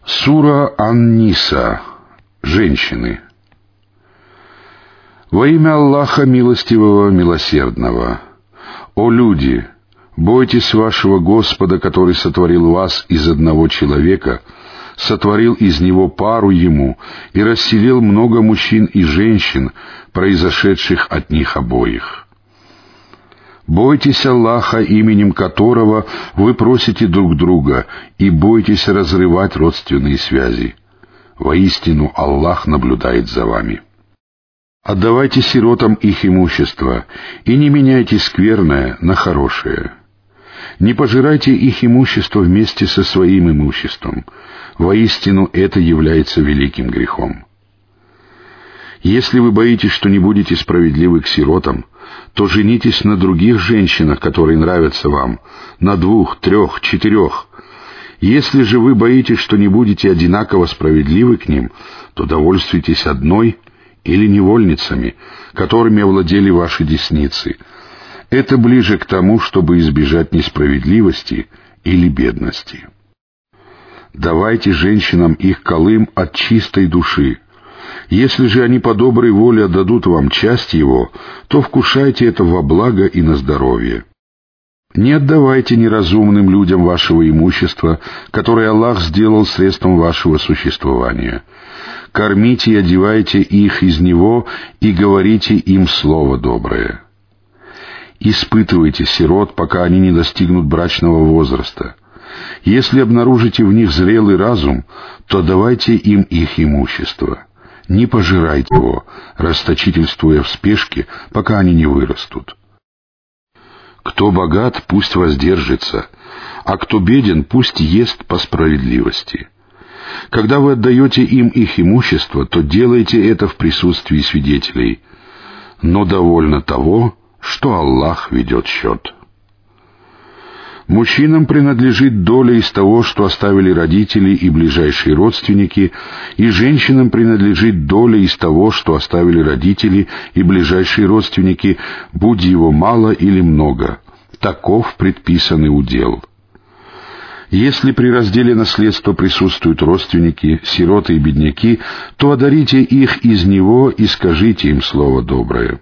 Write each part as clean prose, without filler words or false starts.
Сура Ан-Ниса. Женщины. Во имя Аллаха Милостивого, Милосердного. О люди, бойтесь вашего Господа, который сотворил вас из одного человека, сотворил из него пару ему и расселил много мужчин и женщин, произошедших от них обоих. Бойтесь Аллаха, именем которого вы просите друг друга, и бойтесь разрывать родственные связи. Воистину Аллах наблюдает за вами. Отдавайте сиротам их имущество, и не меняйте скверное на хорошее. Не пожирайте их имущество вместе со своим имуществом. Воистину это является великим грехом. Если вы боитесь, что не будете справедливы к сиротам, то женитесь на других женщинах, которые нравятся вам, на 2, 3, 4. Если же вы боитесь, что не будете одинаково справедливы к ним, то довольствуйтесь одной или невольницами, которыми овладели ваши десницы. Это ближе к тому, чтобы избежать несправедливости или бедности. Давайте женщинам их калым от чистой души. Если же они по доброй воле отдадут вам часть его, то вкушайте это во благо и на здоровье. Не отдавайте неразумным людям вашего имущества, которое Аллах сделал средством вашего существования. Кормите и одевайте их из него и говорите им слово доброе. Испытывайте сирот, пока они не достигнут брачного возраста. Если обнаружите в них зрелый разум, то давайте им их имущество. Не пожирайте его, расточительствуя в спешке, пока они не вырастут. Кто богат, пусть воздержится, а кто беден, пусть ест по справедливости. Когда вы отдаете им их имущество, то делайте это в присутствии свидетелей, но довольно того, что Аллах ведет счет. Мужчинам принадлежит доля из того, что оставили родители и ближайшие родственники, и женщинам принадлежит доля из того, что оставили родители и ближайшие родственники, будь его мало или много. Таков предписанный удел. Если при разделе наследства присутствуют родственники, сироты и бедняки, то одарите их из него и скажите им слово доброе.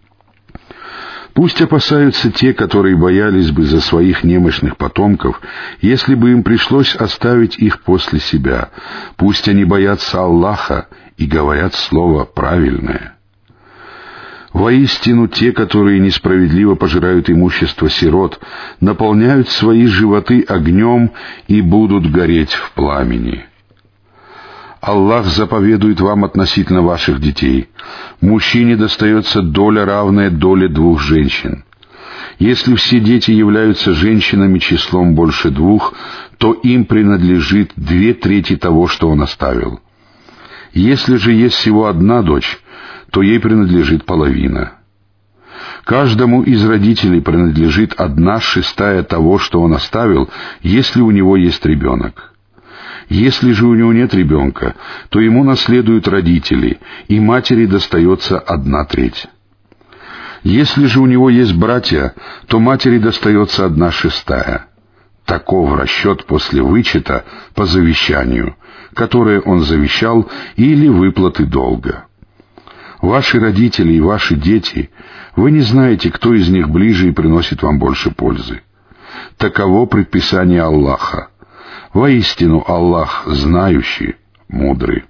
Пусть опасаются те, которые боялись бы за своих немощных потомков, если бы им пришлось оставить их после себя. Пусть они боятся Аллаха и говорят слово правильное. Воистину, те, которые несправедливо пожирают имущество сирот, наполняют свои животы огнем и будут гореть в пламени. Аллах заповедует вам относительно ваших детей. Мужчине достается доля, равная доле 2 женщин. Если все дети являются женщинами числом больше 2, то им принадлежит 2/3 того, что он оставил. Если же есть всего 1 дочь, то ей принадлежит половина. Каждому из родителей принадлежит 1/6 того, что он оставил, если у него есть ребенок. Если же у него нет ребенка, то ему наследуют родители, и матери достается 1/3. Если же у него есть братья, то матери достается 1/6. Таков расчет после вычета по завещанию, которое он завещал, или выплаты долга. Ваши родители и ваши дети, вы не знаете, кто из них ближе и приносит вам больше пользы. Таково предписание Аллаха. Воистину Аллах знающий, мудрый.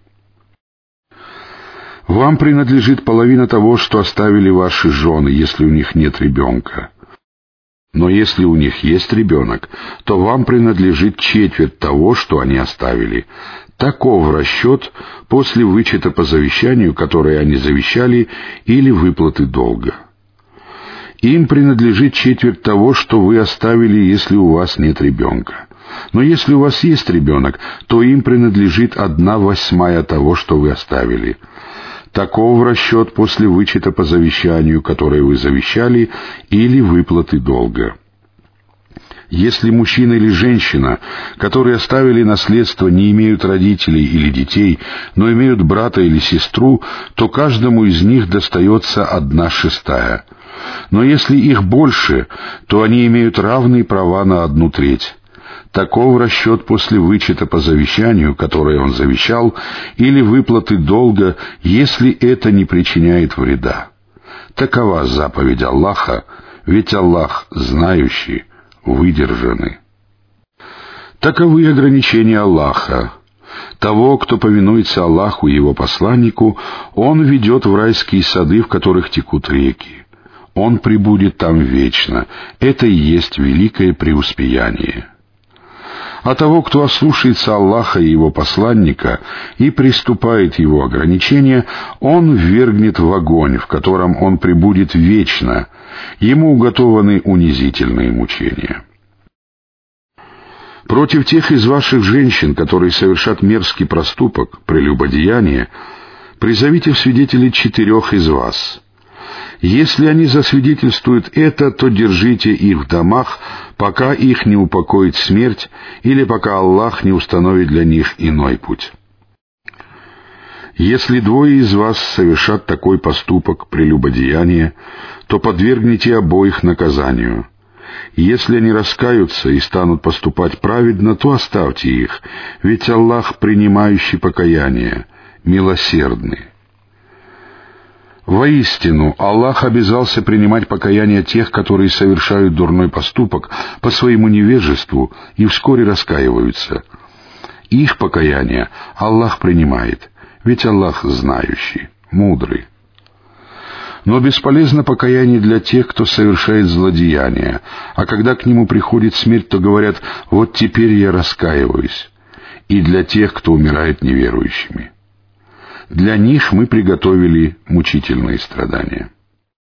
Вам принадлежит половина того, что оставили ваши жены, если у них нет ребенка. Но если у них есть ребенок, то вам принадлежит 1/4 того, что они оставили. Таков расчет после вычета по завещанию, которое они завещали, или выплаты долга. Им принадлежит 1/4 того, что вы оставили, если у вас нет ребенка. Но если у вас есть ребенок, то им принадлежит 1/8 того, что вы оставили. Таков расчет после вычета по завещанию, которое вы завещали, или выплаты долга. Если мужчина или женщина, которые оставили наследство, не имеют родителей или детей, но имеют брата или сестру, то каждому из них достается 1/6. Но если их больше, то они имеют равные права на 1/3. Таков расчет после вычета по завещанию, которое он завещал, или выплаты долга, если это не причиняет вреда. Такова заповедь Аллаха, ведь Аллах знающий, выдержанный. Таковы ограничения Аллаха. Того, кто повинуется Аллаху и Его посланнику, Он ведет в райские сады, в которых текут реки. Он пребудет там вечно. Это и есть великое преуспеяние. А того, кто ослушается Аллаха и Его посланника и приступает Его ограничения, Он ввергнет в огонь, в котором он пребудет вечно. Ему уготованы унизительные мучения. Против тех из ваших женщин, которые совершат мерзкий проступок, прелюбодеяние, призовите в свидетели 4 из вас. Если они засвидетельствуют это, то держите их в домах, пока их не упокоит смерть, или пока Аллах не установит для них иной путь. Если 2 из вас совершат такой поступок, прелюбодеяние, то подвергните обоих наказанию. Если они раскаются и станут поступать праведно, то оставьте их, ведь Аллах, принимающий покаяние, милосердный. Воистину, Аллах обязался принимать покаяние тех, которые совершают дурной поступок по своему невежеству и вскоре раскаиваются. Их покаяние Аллах принимает, ведь Аллах знающий, мудрый. Но бесполезно покаяние для тех, кто совершает злодеяния, а когда к нему приходит смерть, то говорят: «Вот теперь я раскаиваюсь», и для тех, кто умирает неверующими. Для них мы приготовили мучительные страдания.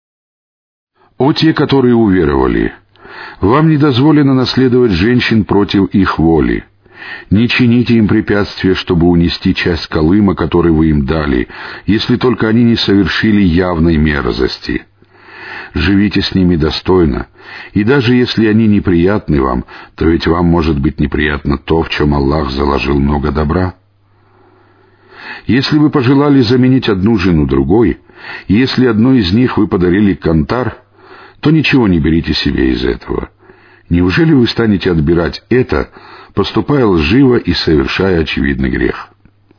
О те, которые уверовали! Вам не дозволено наследовать женщин против их воли. Не чините им препятствия, чтобы унести часть калыма, который вы им дали, если только они не совершили явной мерзости. Живите с ними достойно, и даже если они неприятны вам, то ведь вам может быть неприятно то, в чем Аллах заложил много добра. Если вы пожелали заменить одну жену другой, и если одной из них вы подарили кантар, то ничего не берите себе из этого. Неужели вы станете отбирать это, поступая лживо и совершая очевидный грех?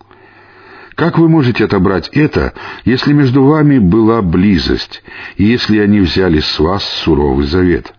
Как вы можете отобрать это, если между вами была близость, и если они взяли с вас суровый завет?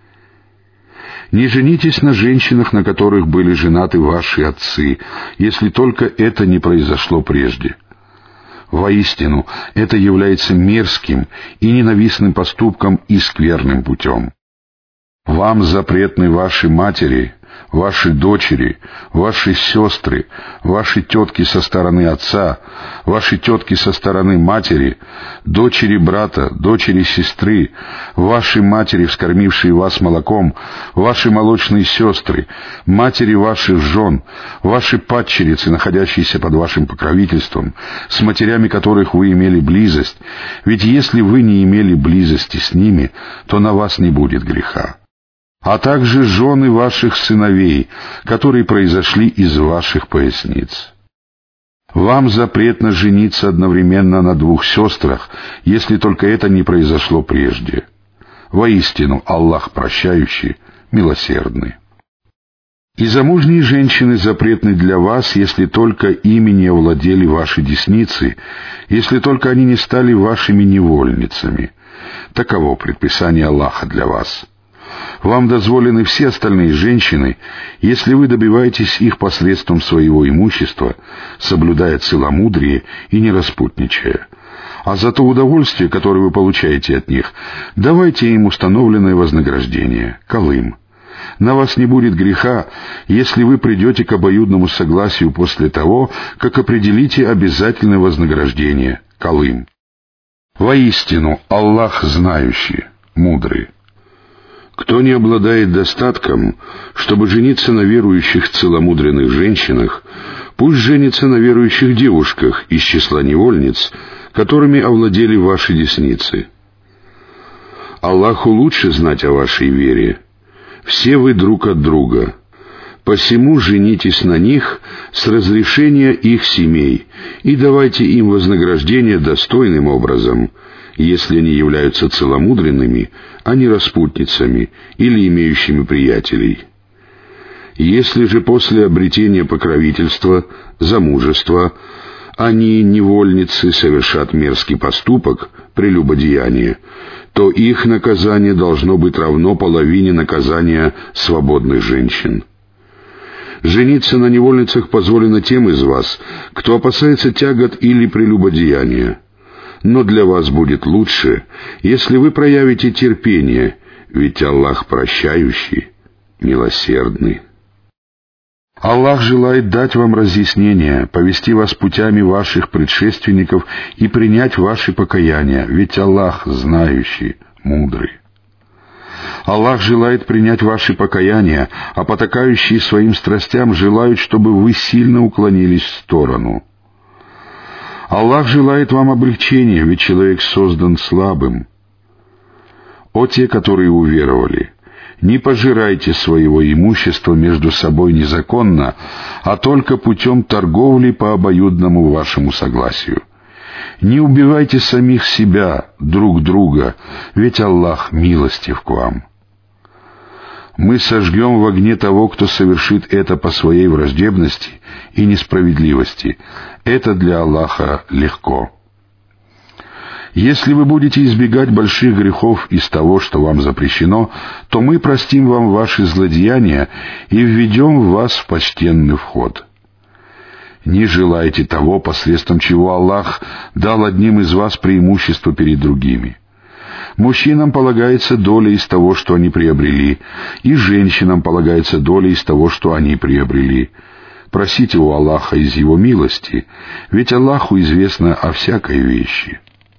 Не женитесь на женщинах, на которых были женаты ваши отцы, если только это не произошло прежде. Воистину, это является мерзким и ненавистным поступком и скверным путем. Вам запретны ваши матери, ваши дочери, ваши сестры, ваши тетки со стороны отца, ваши тетки со стороны матери, дочери брата, дочери сестры, ваши матери, вскормившие вас молоком, ваши молочные сестры, матери ваших жен, ваши падчерицы, находящиеся под вашим покровительством, с матерями которых вы имели близость, ведь если вы не имели близости с ними, то на вас не будет греха. А также жены ваших сыновей, которые произошли из ваших поясниц. Вам запретно жениться одновременно на 2 сестрах, если только это не произошло прежде. Воистину, Аллах прощающий, милосердный. И замужние женщины запретны для вас, если только ими не овладели ваши десницы, если только они не стали вашими невольницами. Таково предписание Аллаха для вас. Вам дозволены все остальные женщины, если вы добиваетесь их посредством своего имущества, соблюдая целомудрие и не распутничая. А за то удовольствие, которое вы получаете от них, давайте им установленное вознаграждение, калым. На вас не будет греха, если вы придете к обоюдному согласию после того, как определите обязательное вознаграждение, калым. Воистину, Аллах знающий, мудрый. Кто не обладает достатком, чтобы жениться на верующих целомудренных женщинах, пусть женится на верующих девушках из числа невольниц, которыми овладели ваши десницы. Аллаху лучше знать о вашей вере. Все вы друг от друга. Посему женитесь на них с разрешения их семей и давайте им вознаграждение достойным образом, если они являются целомудренными, а не распутницами или имеющими приятелей. Если же после обретения покровительства, замужества, они, невольницы, совершат мерзкий поступок, прелюбодеяние, то их наказание должно быть равно половине наказания свободных женщин. Жениться на невольницах позволено тем из вас, кто опасается тягот или прелюбодеяния. Но для вас будет лучше, если вы проявите терпение, ведь Аллах прощающий, милосердный. Аллах желает дать вам разъяснение, повести вас путями ваших предшественников и принять ваши покаяния, ведь Аллах знающий, мудрый. Аллах желает принять ваши покаяния, а потакающие своим страстям желают, чтобы вы сильно уклонились в сторону. Аллах желает вам облегчения, ведь человек создан слабым. О те, которые уверовали! Не пожирайте своего имущества между собой незаконно, а только путем торговли по обоюдному вашему согласию. Не убивайте самих себя, друг друга, ведь Аллах милостив к вам. Мы сожгем в огне того, кто совершит это по своей враждебности и несправедливости. Это для Аллаха легко. Если вы будете избегать больших грехов из того, что вам запрещено, то мы простим вам ваши злодеяния и введем вас в почтенный вход. Не желайте того, посредством чего Аллах дал одним из вас преимущество перед другими. Мужчинам полагается доля из того, что они приобрели, и женщинам полагается доля из того, что они приобрели. Просите у Аллаха из Его милости, ведь Аллаху известно о всякой вещи.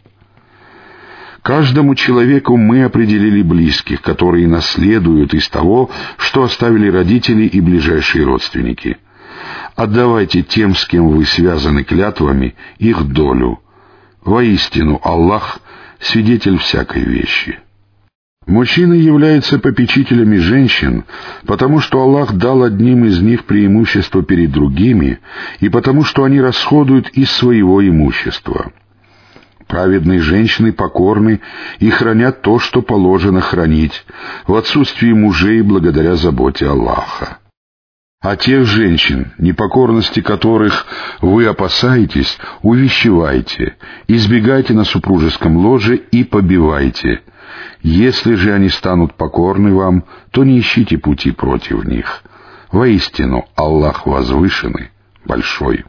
Каждому человеку мы определили близких, которые наследуют из того, что оставили родители и ближайшие родственники. Отдавайте тем, с кем вы связаны клятвами, их долю. Воистину, Аллах — свидетель всякой вещи. Мужчины являются попечителями женщин, потому что Аллах дал одним из них преимущество перед другими, и потому что они расходуют из своего имущества. Праведные женщины покорны и хранят то, что положено хранить, в отсутствии мужей благодаря заботе Аллаха. А тех женщин, непокорности которых вы опасаетесь, увещевайте, избегайте на супружеском ложе и побивайте. Если же они станут покорны вам, то не ищите пути против них. Воистину, Аллах возвышенный, большой.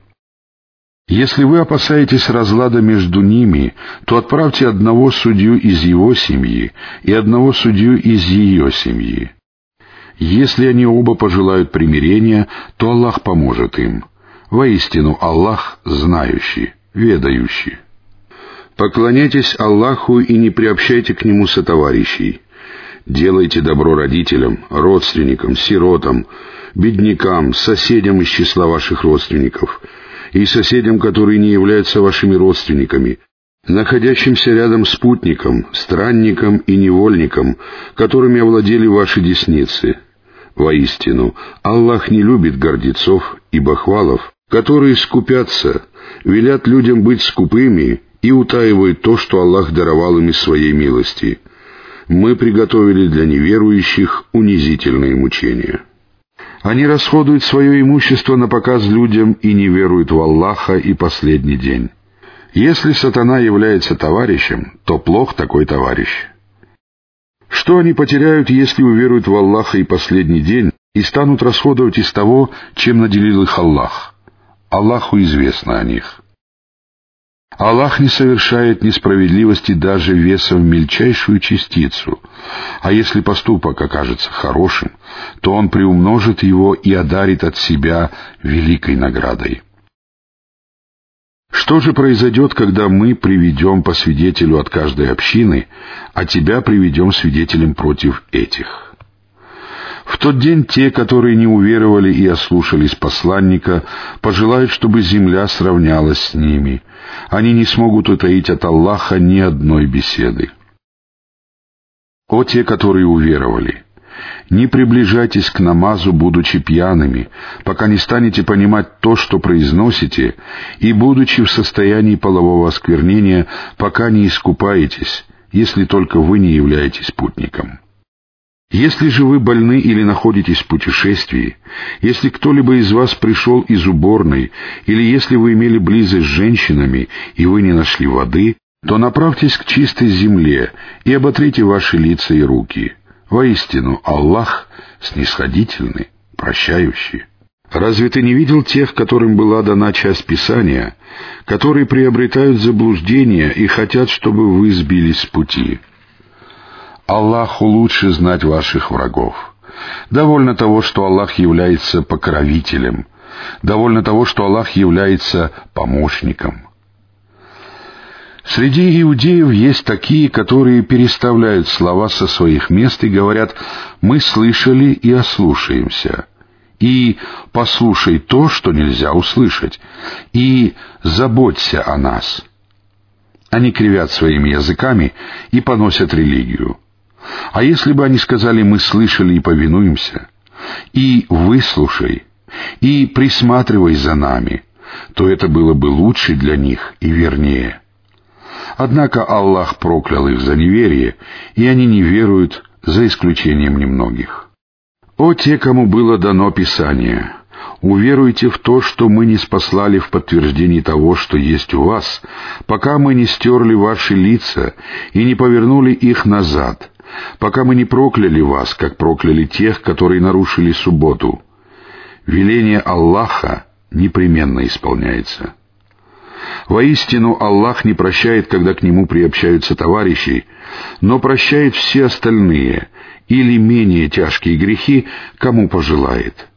Если вы опасаетесь разлада между ними, то отправьте одного судью из его семьи и одного судью из ее семьи. Если они оба пожелают примирения, то Аллах поможет им. Воистину, Аллах знающий, ведающий. Поклоняйтесь Аллаху и не приобщайте к Нему сотоварищей. Делайте добро родителям, родственникам, сиротам, беднякам, соседям из числа ваших родственников и соседям, которые не являются вашими родственниками, находящимся рядом спутникам, странникам и невольникам, которыми овладели ваши десницы. Воистину, Аллах не любит гордецов и бахвалов, которые скупятся, велят людям быть скупыми и утаивают то, что Аллах даровал им из своей милости. Мы приготовили для неверующих унизительные мучения. Они расходуют свое имущество на показ людям и не веруют в Аллаха и последний день. Если сатана является товарищем, то плох такой товарищ. Что они потеряют, если уверуют в Аллаха и последний день и станут расходовать из того, чем наделил их Аллах? Аллаху известно о них. Аллах не совершает несправедливости даже весом в мельчайшую частицу, а если поступок окажется хорошим, то Он приумножит его и одарит от себя великой наградой. Что же произойдет, когда мы приведем по свидетелю от каждой общины, а тебя приведем свидетелем против этих? В тот день те, которые не уверовали и ослушались посланника, пожелают, чтобы земля сравнялась с ними. Они не смогут утаить от Аллаха ни одной беседы. О те, которые уверовали! Не приближайтесь к намазу, будучи пьяными, пока не станете понимать то, что произносите, и будучи в состоянии полового осквернения, пока не искупаетесь, если только вы не являетесь путником. Если же вы больны или находитесь в путешествии, если кто-либо из вас пришел из уборной, или если вы имели близость с женщинами, и вы не нашли воды, то направьтесь к чистой земле и оботрите ваши лица и руки. Воистину, Аллах снисходительный, прощающий. Разве ты не видел тех, которым была дана часть Писания, которые приобретают заблуждение и хотят, чтобы вы сбились с пути? Аллаху лучше знать ваших врагов. Довольно того, что Аллах является покровителем. Довольно того, что Аллах является помощником. Среди иудеев есть такие, которые переставляют слова со своих мест и говорят: «Мы слышали и ослушаемся», и «послушай то, что нельзя услышать», и «заботься о нас». Они кривят своими языками и поносят религию. А если бы они сказали: «Мы слышали и повинуемся», и «выслушай», и «присматривай за нами», то это было бы лучше для них и вернее. Однако Аллах проклял их за неверие, и они не веруют, за исключением немногих. О те, кому было дано Писание! Уверуйте в то, что мы не спаслали в подтверждении того, что есть у вас, пока мы не стерли ваши лица и не повернули их назад, пока мы не прокляли вас, как прокляли тех, которые нарушили субботу. Веление Аллаха непременно исполняется. Воистину, Аллах не прощает, когда к Нему приобщаются товарищи, но прощает все остальные или менее тяжкие грехи, кому пожелает.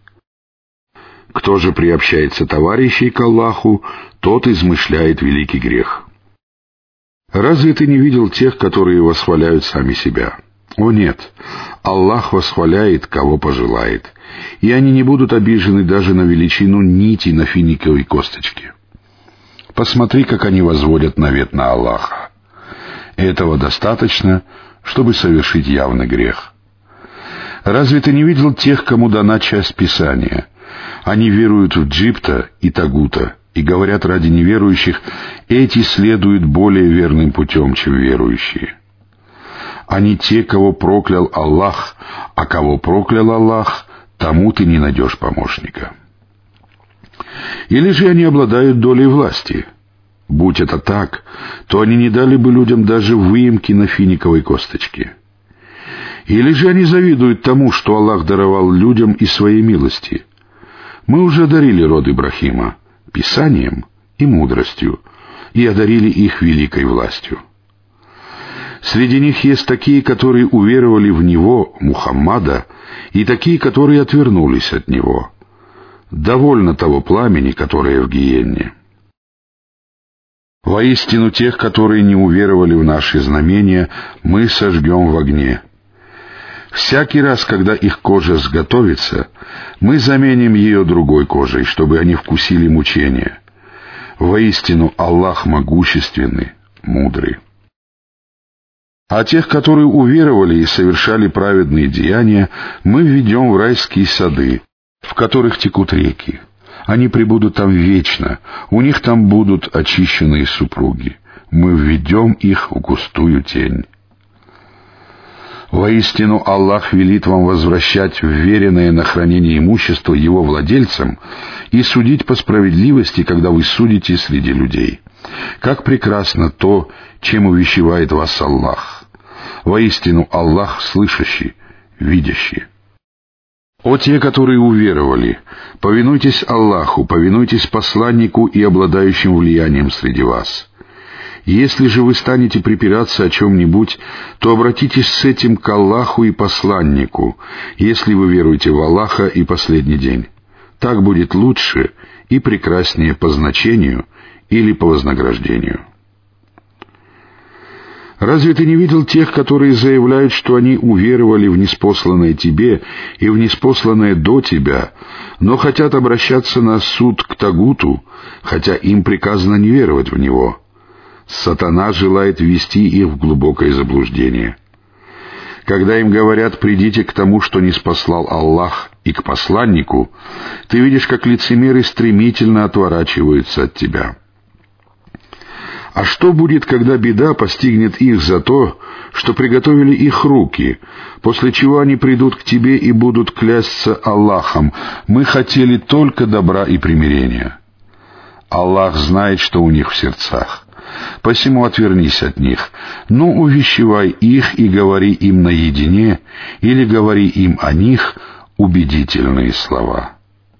Кто же приобщается товарищей к Аллаху, тот измышляет великий грех. Разве ты не видел тех, которые восхваляют сами себя? О нет, Аллах восхваляет, кого пожелает, и они не будут обижены даже на величину нити на финиковой косточке. Посмотри, как они возводят навет на Аллаха. Этого достаточно, чтобы совершить явный грех. Разве ты не видел тех, кому дана часть Писания? Они веруют в Джибта и Тагута и говорят ради неверующих: эти следуют более верным путем, чем верующие. Они те, кого проклял Аллах, а кого проклял Аллах, тому ты не найдешь помощника. Или же они обладают долей власти? Будь это так, то они не дали бы людям даже выемки на финиковой косточке. Или же они завидуют тому, что Аллах даровал людям из своей милости? Мы уже одарили род Ибрахима Писанием и мудростью, и одарили их великой властью. Среди них есть такие, которые уверовали в Него, Мухаммада, и такие, которые отвернулись от Него. Довольно того пламени, которое в гиенне. Воистину, тех, которые не уверовали в наши знамения, мы сожгем в огне. Всякий раз, когда их кожа сготовится, мы заменим ее другой кожей, чтобы они вкусили мучения. Воистину, Аллах могущественный, мудрый. А тех, которые уверовали и совершали праведные деяния, мы введем в райские сады, в которых текут реки. Они пребудут там вечно, у них там будут очищенные супруги. Мы введем их в густую тень. Воистину, Аллах велит вам возвращать вверенное на хранение имущество его владельцам и судить по справедливости, когда вы судите среди людей. Как прекрасно то, чем увещевает вас Аллах. Воистину, Аллах слышащий, видящий. О те, которые уверовали, повинуйтесь Аллаху, повинуйтесь посланнику и обладающим влиянием среди вас. Если же вы станете припираться о чем-нибудь, то обратитесь с этим к Аллаху и посланнику, если вы веруете в Аллаха и последний день. Так будет лучше и прекраснее по значению или по вознаграждению. Разве ты не видел тех, которые заявляют, что они уверовали в ниспосланное тебе и в ниспосланное до тебя, но хотят обращаться на суд к Тагуту, хотя им приказано не веровать в него? Сатана желает ввести их в глубокое заблуждение. Когда им говорят: «Придите к тому, что ниспослал Аллах, и к посланнику», ты видишь, как лицемеры стремительно отворачиваются от тебя. А что будет, когда беда постигнет их за то, что приготовили их руки, после чего они придут к тебе и будут клясться Аллахом: мы хотели только добра и примирения. Аллах знает, что у них в сердцах. Посему отвернись от них, но увещевай их и говори им наедине, или говори им о них убедительные слова.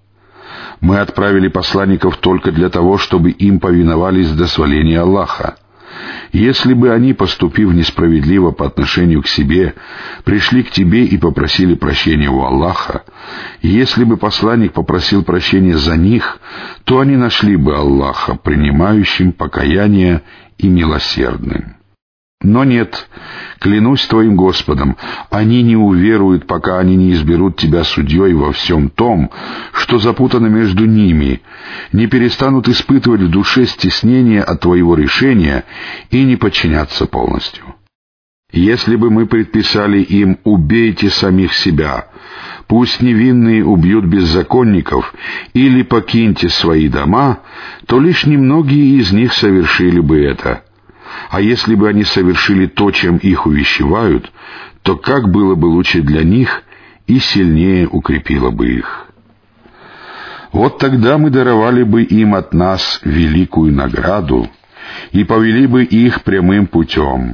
Мы отправили посланников только для того, чтобы им повиновались до сваления Аллаха. Если бы они, поступив несправедливо по отношению к себе, пришли к тебе и попросили прощения у Аллаха, если бы посланник попросил прощения за них, то они нашли бы Аллаха принимающим покаяние и милосердным. Но нет, клянусь твоим Господом, они не уверуют, пока они не изберут тебя судьей во всем том, что запутано между ними, не перестанут испытывать в душе стеснение от твоего решения и не подчиняться полностью. Если бы мы предписали им: убейте самих себя, пусть невинные убьют беззаконников, или покиньте свои дома, то лишь немногие из них совершили бы это. А если бы они совершили то, чем их увещевают, то как было бы лучше для них и сильнее укрепило бы их. Вот тогда мы даровали бы им от нас великую награду и повели бы их прямым путем.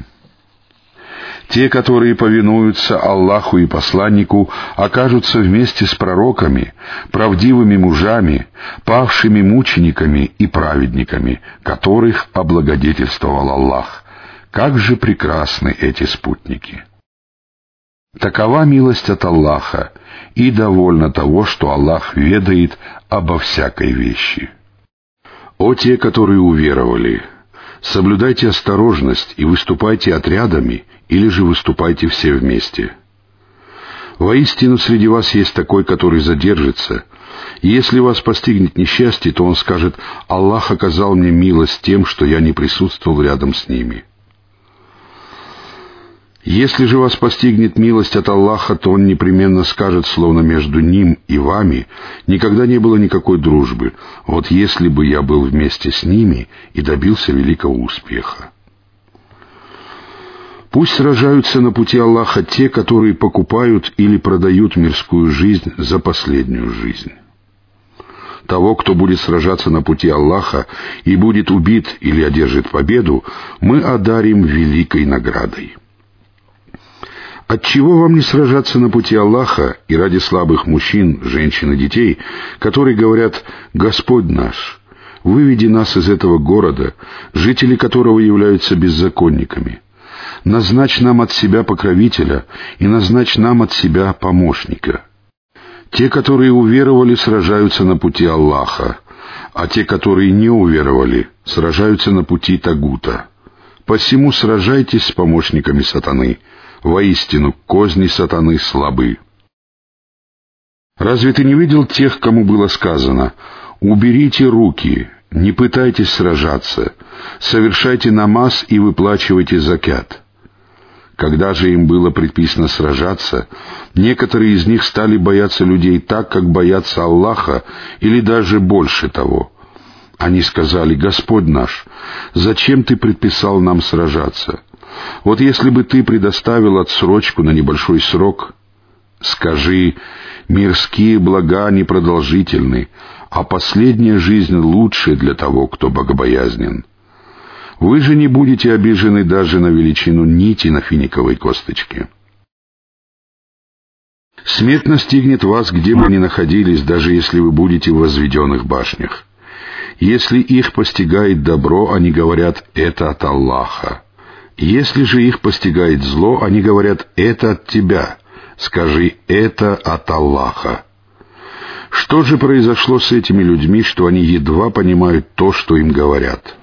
Те, которые повинуются Аллаху и посланнику, окажутся вместе с пророками, правдивыми мужами, павшими мучениками и праведниками, которых облагодетельствовал Аллах. Как же прекрасны эти спутники! Такова милость от Аллаха, и довольно того, что Аллах ведает обо всякой вещи. О те, которые уверовали! Соблюдайте осторожность и выступайте отрядами, или же выступайте все вместе. Воистину, среди вас есть такой, который задержится, и если вас постигнет несчастье, то он скажет: «Аллах оказал мне милость тем, что я не присутствовал рядом с ними». Если же вас постигнет милость от Аллаха, то он непременно скажет, словно между ним и вами никогда не было никакой дружбы: вот если бы я был вместе с ними и добился великого успеха. Пусть сражаются на пути Аллаха те, которые покупают или продают мирскую жизнь за последнюю жизнь. Того, кто будет сражаться на пути Аллаха и будет убит или одержит победу, мы одарим великой наградой. Отчего вам не сражаться на пути Аллаха и ради слабых мужчин, женщин и детей, которые говорят: «Господь наш, выведи нас из этого города, жители которого являются беззаконниками. Назначь нам от себя покровителя и назначь нам от себя помощника». Те, которые уверовали, сражаются на пути Аллаха, а те, которые не уверовали, сражаются на пути Тагута. Посему сражайтесь с помощниками сатаны. Воистину, козни сатаны слабы. Разве ты не видел тех, кому было сказано: «Уберите руки, не пытайтесь сражаться, совершайте намаз и выплачивайте закят»? Когда же им было предписано сражаться, некоторые из них стали бояться людей так, как боятся Аллаха, или даже больше того. Они сказали: «Господь наш, зачем ты предписал нам сражаться? Вот если бы ты предоставил отсрочку на небольшой срок». Скажи: мирские блага непродолжительны, а последняя жизнь лучше для того, кто богобоязнен. Вы же не будете обижены даже на величину нити на финиковой косточке. Смерть настигнет вас, где бы ни находились, даже если вы будете в возведенных башнях. Если их постигает добро, они говорят: «Это от Аллаха». Если же их постигает зло, они говорят: «Это от тебя». Скажи: «Это от Аллаха». Что же произошло с этими людьми, что они едва понимают то, что им говорят?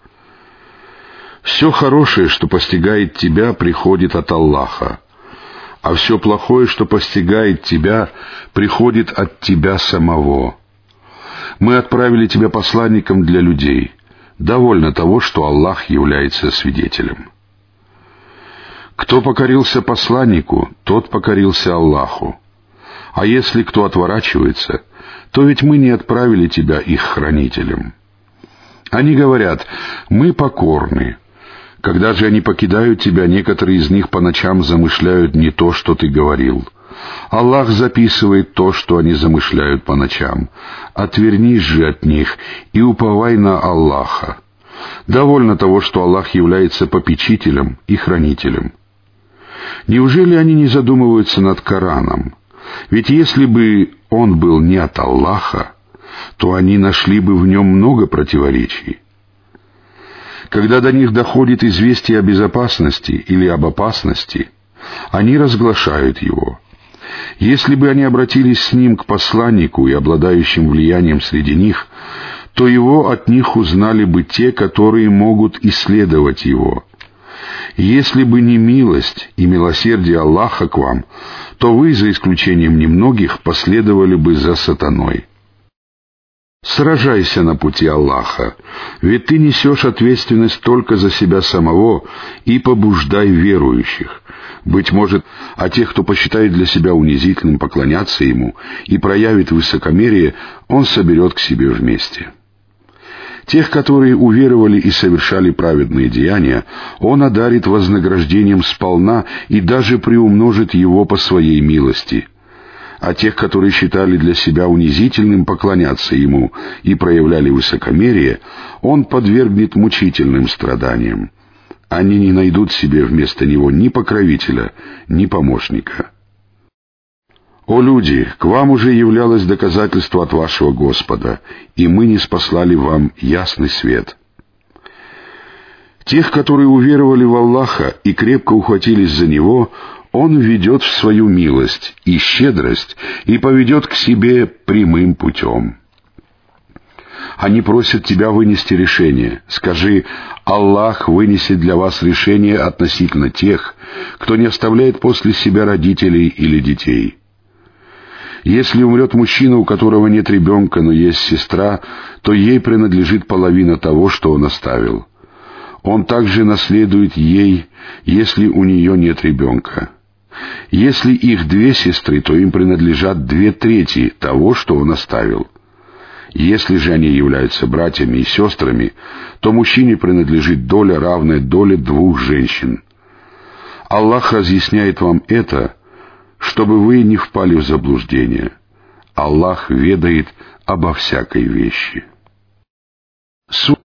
Все хорошее, что постигает тебя, приходит от Аллаха, а все плохое, что постигает тебя, приходит от тебя самого. Мы отправили тебя посланником для людей. Довольно того, что Аллах является свидетелем. Кто покорился посланнику, тот покорился Аллаху. А если кто отворачивается, то ведь мы не отправили тебя их хранителем. Они говорят: «Мы покорны». Когда же они покидают тебя, некоторые из них по ночам замышляют не то, что ты говорил. Аллах записывает то, что они замышляют по ночам. Отвернись же от них и уповай на Аллаха. Довольно того, что Аллах является попечителем и хранителем. Неужели они не задумываются над Кораном? Ведь если бы он был не от Аллаха, то они нашли бы в нем много противоречий. Когда до них доходит известие о безопасности или об опасности, они разглашают его. Если бы они обратились с ним к посланнику и обладающим влиянием среди них, то его от них узнали бы те, которые могут исследовать его. Если бы не милость и милосердие Аллаха к вам, то вы, за исключением немногих, последовали бы за сатаной. Сражайся на пути Аллаха, ведь ты несешь ответственность только за себя самого, и побуждай верующих. Быть может, а тех, кто посчитает для себя унизительным поклоняться ему и проявит высокомерие, он соберет к себе вместе. Тех, которые уверовали и совершали праведные деяния, он одарит вознаграждением сполна и даже приумножит его по своей милости. А тех, которые считали для себя унизительным поклоняться ему и проявляли высокомерие, он подвергнет мучительным страданиям. Они не найдут себе вместо него ни покровителя, ни помощника. «О люди, к вам уже являлось доказательство от вашего Господа, и мы ниспослали вам ясный свет». Тех, которые уверовали в Аллаха и крепко ухватились за Него, Он введет в свою милость и щедрость и поведет к себе прямым путем. Они просят тебя вынести решение. Скажи: Аллах вынесет для вас решение относительно тех, кто не оставляет после себя родителей или детей. Если умрет мужчина, у которого нет ребенка, но есть сестра, то ей принадлежит половина того, что он оставил. Он также наследует ей, если у нее нет ребенка. Если их 2 сестры, то им принадлежат 2/3 того, что он оставил. Если же они являются братьями и сестрами, то мужчине принадлежит доля, равная доле 2 женщин. Аллах разъясняет вам это, чтобы вы не впали в заблуждение. Аллах ведает обо всякой вещи.